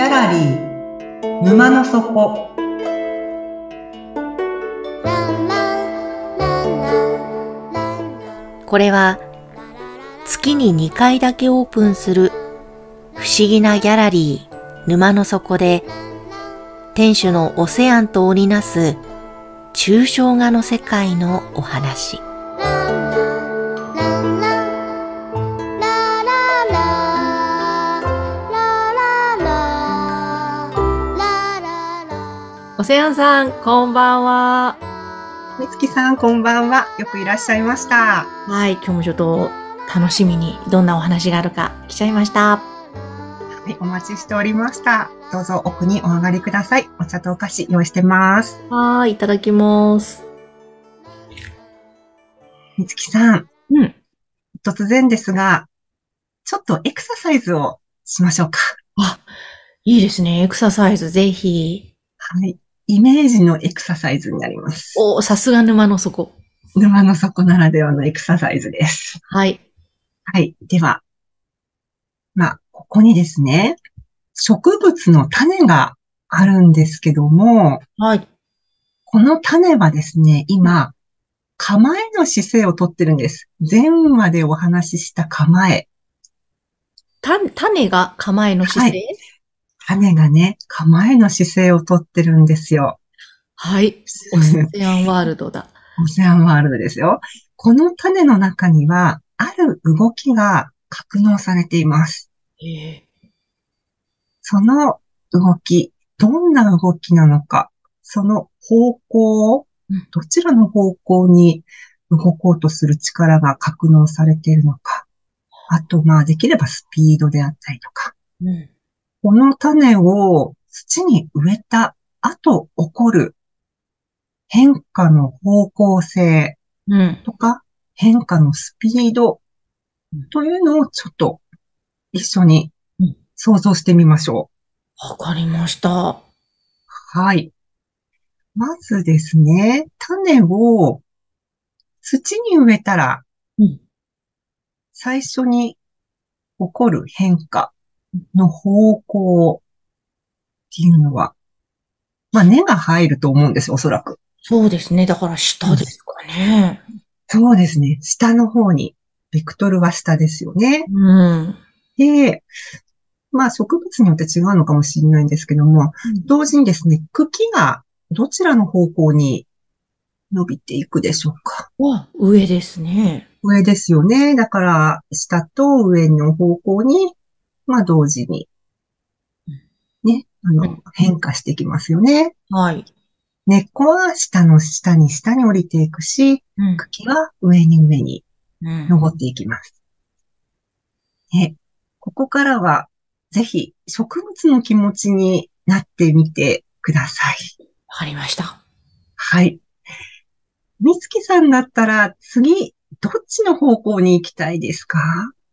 ギャラリー沼の底。 これは月に2回だけオープンする不思議なギャラリー沼の底で、店主のオセアンと織りなす抽象画の世界のお話。オセアンさん、こんばんは。 みつきさん、こんばんは。よくいらっしゃいました。 はい、今日もちょっと楽しみにどんなお話があるか来ちゃいました。 はい、お待ちしておりました。どうぞ奥にお上がりください。お茶とお菓子用意してます。 はい、いただきます。 みつきさん、 うん。 突然ですが、ちょっとエクササイズをしましょうか。 あ、いいですね。エクササイズぜひ。 はい。イメージのエクササイズになります。 お、さすが沼の底。 沼の底ならではのエクササイズです。 はい。 はい。では、ここにですね、植物の種があるんですけども、 はい。 この種はですね、今、構えの姿勢をとってるんです。前話でお話しした構え。 種が構えのはい。 姿勢。 種がね、構えの姿勢をとってるんですよ。 はい。オセアンワールドだ。 オセアンワールドですよ。この種の中には、ある動きが格納されています。 ええ。 その動き、どんな動きなのか、その方向、 うん。 どちらの方向に動こうとする力が格納されているのか、あと、できればスピードであったりとか、 うん。 この種を土に植えた後起こる変化の方向性うん。 とか、変化のスピードうん。 というのをちょっと一緒にうん。 想像してみましょわかりました。 う。はい。まずですね、種を土に植えたらうん。 最初に起こる変化の方向っていうのは、根が入ると思うんですよ、おそらく。 そうですね。だから下ですかね。 そうですね。下の方に、ベクトルは下ですよね。 うん。 で、植物によって違うのかもしれないんですけども、 うん。 同時にですね、茎がどちらの方向に伸びていくでしょうか。 上ですね。 上ですよね。だから、下と上の方向に、同時にね、 うん。 変化していきますよね。 はい。 根っこは下の下に降りていくし、 うん。 茎は上にうん。 登っていきます。ね、ここからは、ぜひ植物の気持ちになってみてください。 わかりました。 はい。みつきさんだったら、次、どっちの方向に行きたいですか？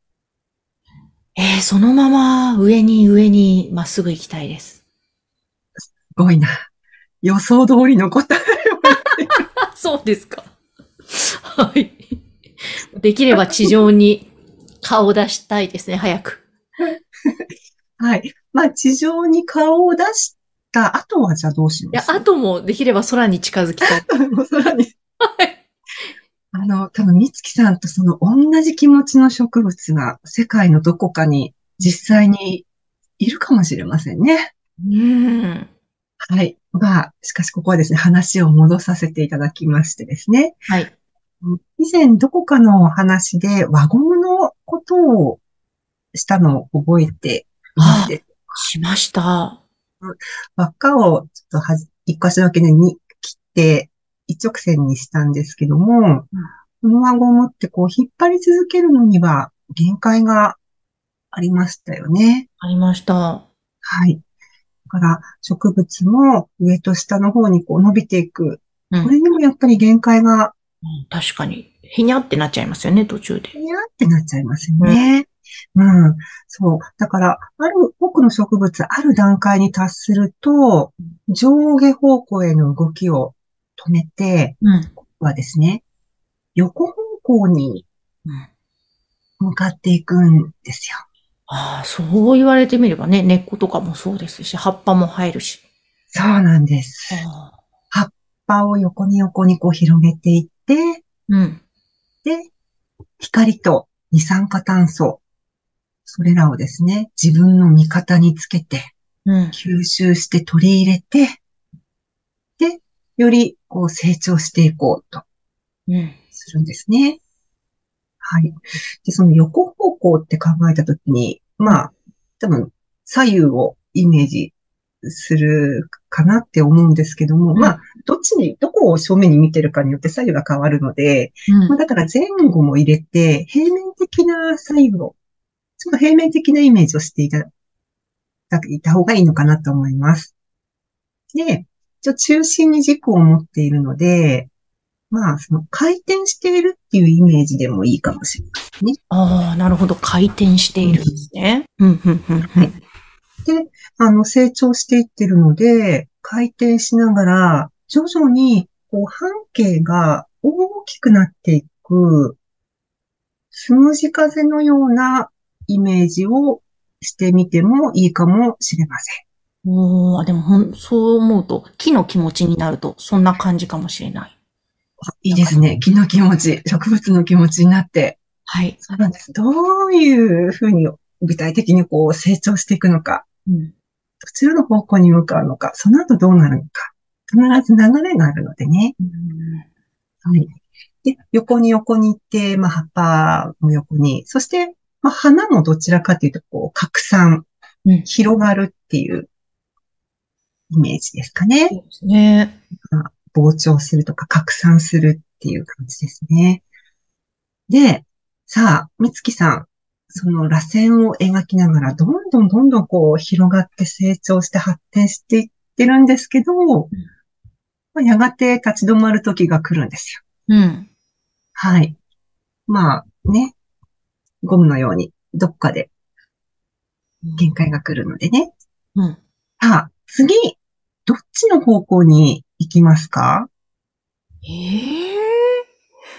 そのまま上にまっすぐ行きたいです。 すごいな。予想通りの答えを言っている。 あ、そうですか。はい。できれば地上に顔を出したいですね、早く。 はい。地上に顔を出した後は、じゃあどうしいや、 ます？ あともできれば空に近づきたい。 空に。 はい。 多分、みつきさんとその同じ気持ちの植物が世界のどこかに実際にいるかもしれませんね。 うーん。 はい。しかしここはですね、話を戻させていただきましてですね。 はい。 以前どこかのお話で輪ゴムのことをしたのを覚えていますはあ、 でしました。 輪っかをちょっと一箇所だけに切って一直線にしたんですけども、 うん。 この輪ゴムってこう引っ張り続けるのには限界がありましたよね。 ありました。 はい。だから植物も上と下の方にこう伸びていく。 うん。 これにもやっぱり限界がうん、確かに。ひにゃってなっちゃいますよね、途中で。 にゃってなっちゃいますようん。 ね。うん。そう。だから、多くの植物、ある段階に達すると、上下方向への動きを止めて、 うん。 はですね、横方向にうん。 向かっていくんですよ。 ああ、そう言われてみればね、根っことかもそうですし、葉っぱも生えるし。 そうなんです。 ああ、 葉っぱを横に横にこう広げていって、 うん、 で、光と二酸化炭素、それらをですね、自分の味方につけて、 うん、 吸収して取り入れて、で、よりこう成長していこうとうん。 するんですね。はい。で、その横方向って考えたときに、 うん、 まあ、多分、左右をイメージするかなって思うんですけども、まあ、どこを正面に見てるかによって左右が変わるので、まあ、 うん。 だから前後も入れて、平面的な左右を、ちょっと平面的なイメージをしていた方がいいのかなと思います。で、中心に軸を持っているので、まあ、その回転しているっていうイメージでもいいかもしれませんね。 ああ、なるほど。回転しているんですね。うん、うん、うん、うん。 はい。で、成長していってるので、回転しながら、徐々に、こう、半径が大きくなっていく、スムジ風のようなイメージをしてみてもいいかもしれません。 おー、でもそう思うと、木の気持ちになると、そんな感じかもしれない。 いいなんか、 ですね。木の気持ち、植物の気持ちになって。 はい。 そうなんです。どういうふうに具体的にこう成長していくのか、 うん。 どちらの方向に向かうのか、その後どうなるのか、必ず流れがあるのでね。 うん。 はい。で、横に横に行って、まあ、葉っぱも横に、そして、まあ、花もどちらかというと、こう、拡散、 うん。 広がるっていうイメージですかね。 そうですね。 まあ、膨張するとか拡散するっていう感じですね。で、さあ、みつきさん、その螺旋を描きながら、どんどんどんどんこう、広がって成長して発展していってるんですけど、まあやがて立ち止まる時が来るんですよ。 うん。 はい。まあね、ゴムのように、どっかで限界が来るのでね。 うん。 さあ、次、どっちの方向に行きますか？ ええ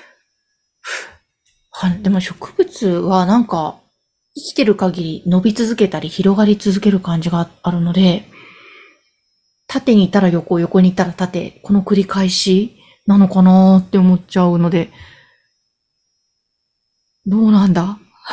でも植物はなんか、生きてる限り伸び続けたり広がり続ける感じがあるので、縦にいたら横、横にいたら縦、この繰り返しなのかなーって思っちゃうので、どうなんだ。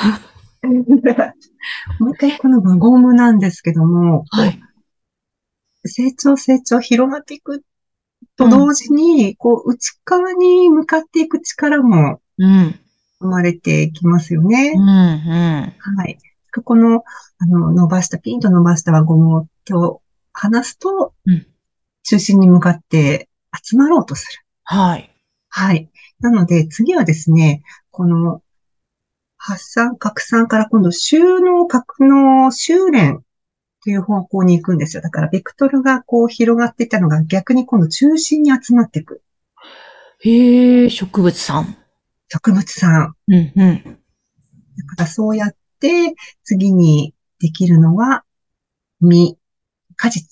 もう一回この輪ゴムなんですけども、こはい。 う、成長、広がっていくうん。 と同時に、こう、内側に向かっていく力もうん。 生まれていきますよね。 うん。うん。 はい。この、ピンと伸ばした輪ゴムを手を離すと、 うん。 中心に向かって集まろうとする。 はい。 はい。なので、次はですね、この発散、拡散から今度収納、格納、修練という方向に行くんですよ。だから、ベクトルがこう広がっていったのが逆に今度中心に集まっていく。 へえ、植物さん。 植物さん。 うん、うん。 だからそうやって次にできるのは実、果実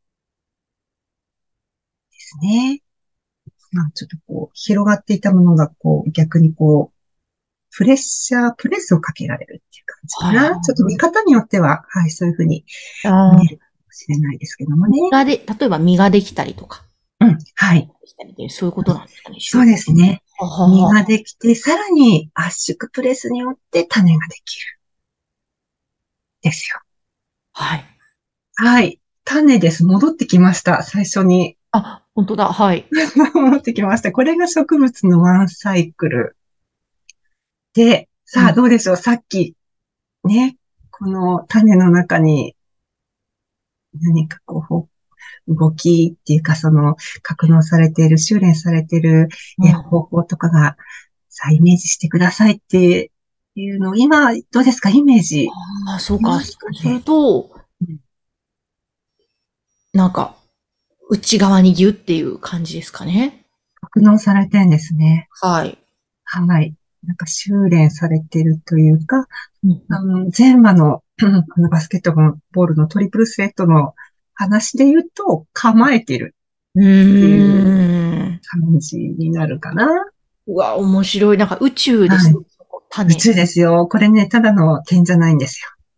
ですね。まあ、ちょっとこう、広がっていたものがこう、逆にこう、プレスをかけられるっていう感じかはいはな。ちょっと見方によっては、はい、そういうふうにい。ああ、 見えるかもしれないですけどもね。 例えば実ができたりとか、 うん、はい。 できたりで、そういうことなんですかね、 そうですね。 はは実がは。 できて、さらに圧縮プレスによって種ができる。ですよ。 はい。 はい。種です。戻ってきました。最初に。 あ、本当だ、はい。 戻ってきました。これが植物のワンサイクル。で、さあうん。 どうでしょう。さっき、ね、この種の中に何かこう、動きっていうか、その、格納されている、修練されている、 うん。 方法とかが、さあ、イメージしてくださいっていうのを、今、どうですか？イメージああ、そうか。 いまそうするすかね？ と、 うん、 なんか、内側にギュっていう感じですかね。 格納されてるんですね。 はい。 はい。なんか修練されてるというか、 うん、うん。 前話の、バスケットボールのトリプルスレッドの話で言うと、構えてるうっていうーん。 感じになるかな。 うわ、面白い。なんか宇宙ですね。 はい。 そこ種。 宇宙ですよ。これね、ただの点じゃないんですよ。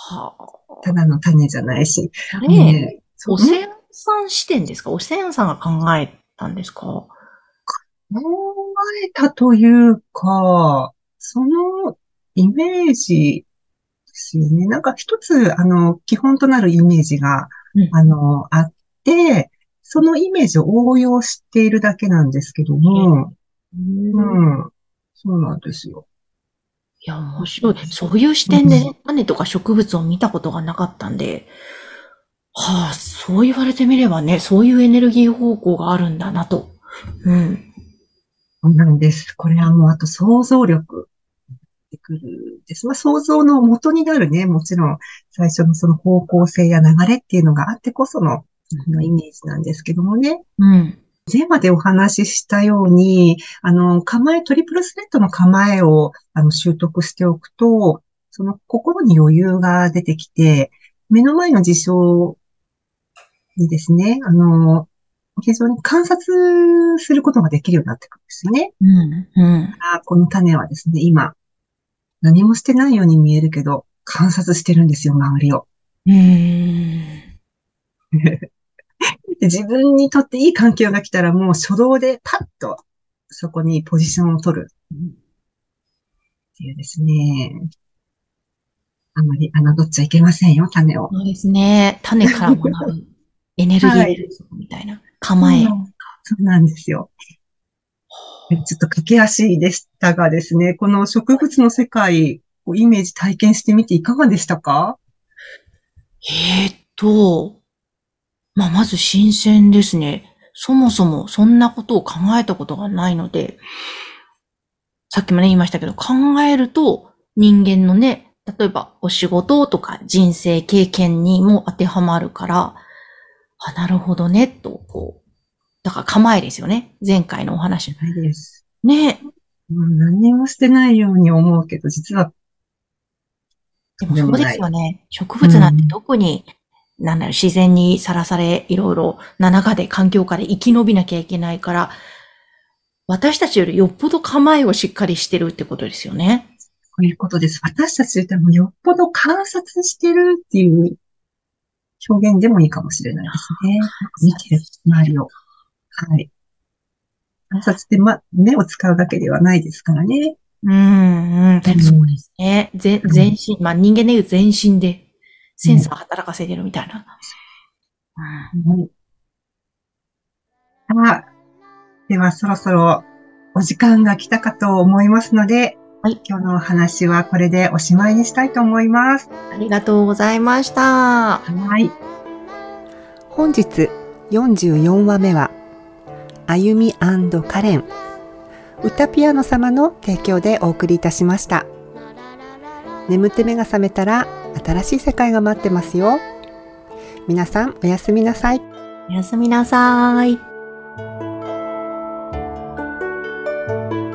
はただの種じゃないし。 あ。あれ、 ね、 オセアンさん視点ですか？オセアンさんが考えたんですか？ 考えたというか、そのイメージですよね。なんか一つ、基本となるイメージが、 うん。 あって、そのイメージを応用しているだけなんですけどへえ。 も、ういん、そうなんですよ。 や、面白い。そういう視うん、 点でね、種とか植物を見たことがなかったんで、はあ、そう言われてみればね、そういうエネルギー方向があるんだなと。うん。 そうなんです。これはもうあと想像力ってくるんです。まあ、想像の元になるね、もちろん最初のその方向性や流れっていうのがあってこその、このイメージなんですけどもね。 うん。 前までお話ししたように、トリプルスレッドの構えを、習得しておくと、その心に余裕が出てきて、目の前の事象にですね、非常に観察することができるようになってくるんですよね。 うん。うん。 この種はですね、今、何もしてないように見えるけど、観察してるんですよ、周りを。 うーん。 で、自分にとっていい環境が来たらもう初動でパッとそこにポジションを取るっていうですね、あんまり侮っちゃいけませんよ、種を。 そうですね。種から学ぶエネルギーはい。 みたいな構え。 そうなんですよ。ちょっと駆け足でしたがですね、この植物の世界をイメージ体験してみていかがでしたか？ えーっと、まあ、まず新鮮ですね。そもそもそんなことを考えたことがないので、さっきもね言いましたけど、考えると人間のね、例えばお仕事とか人生経験にも当てはまるから、あ、なるほどね、と、こう、だから構えですよね。前回のお話。 ないです。 ね。 もう何にもしてないように思うけど、実はそでもそうですうでもない。 よね。植物なんてうん。 特に、なんだろう、自然にさらされ、いろいろな中で、環境下で生き延びなきゃいけないから、私たちよりよっぽど構えをしっかりしてるってことですよね。 こういうことです。私たちでもよっぽど観察してるっていう表現でもいいかもしれないですね。よく見てる、周りを。はい。観察って、目を使うだけではないですからね。 うん、うん、 うそうでん。 すね。全はい。 身、まあ人間でいう全身でセンサね。 ー働かせてるみたいな。うん。 はい。あ、ではそろそろお時間が来たかと思いますので、 はい。 今日のお話はこれでおしまいにしたいと思います。 ありがとうございました。 はい。本日44話目は、あゆみカレン、歌ピアノ様の提供でお送りいたしました。眠って目が覚めたら新しい世界が待ってますよ。皆さんおやすみなさい。 おやすみなさい。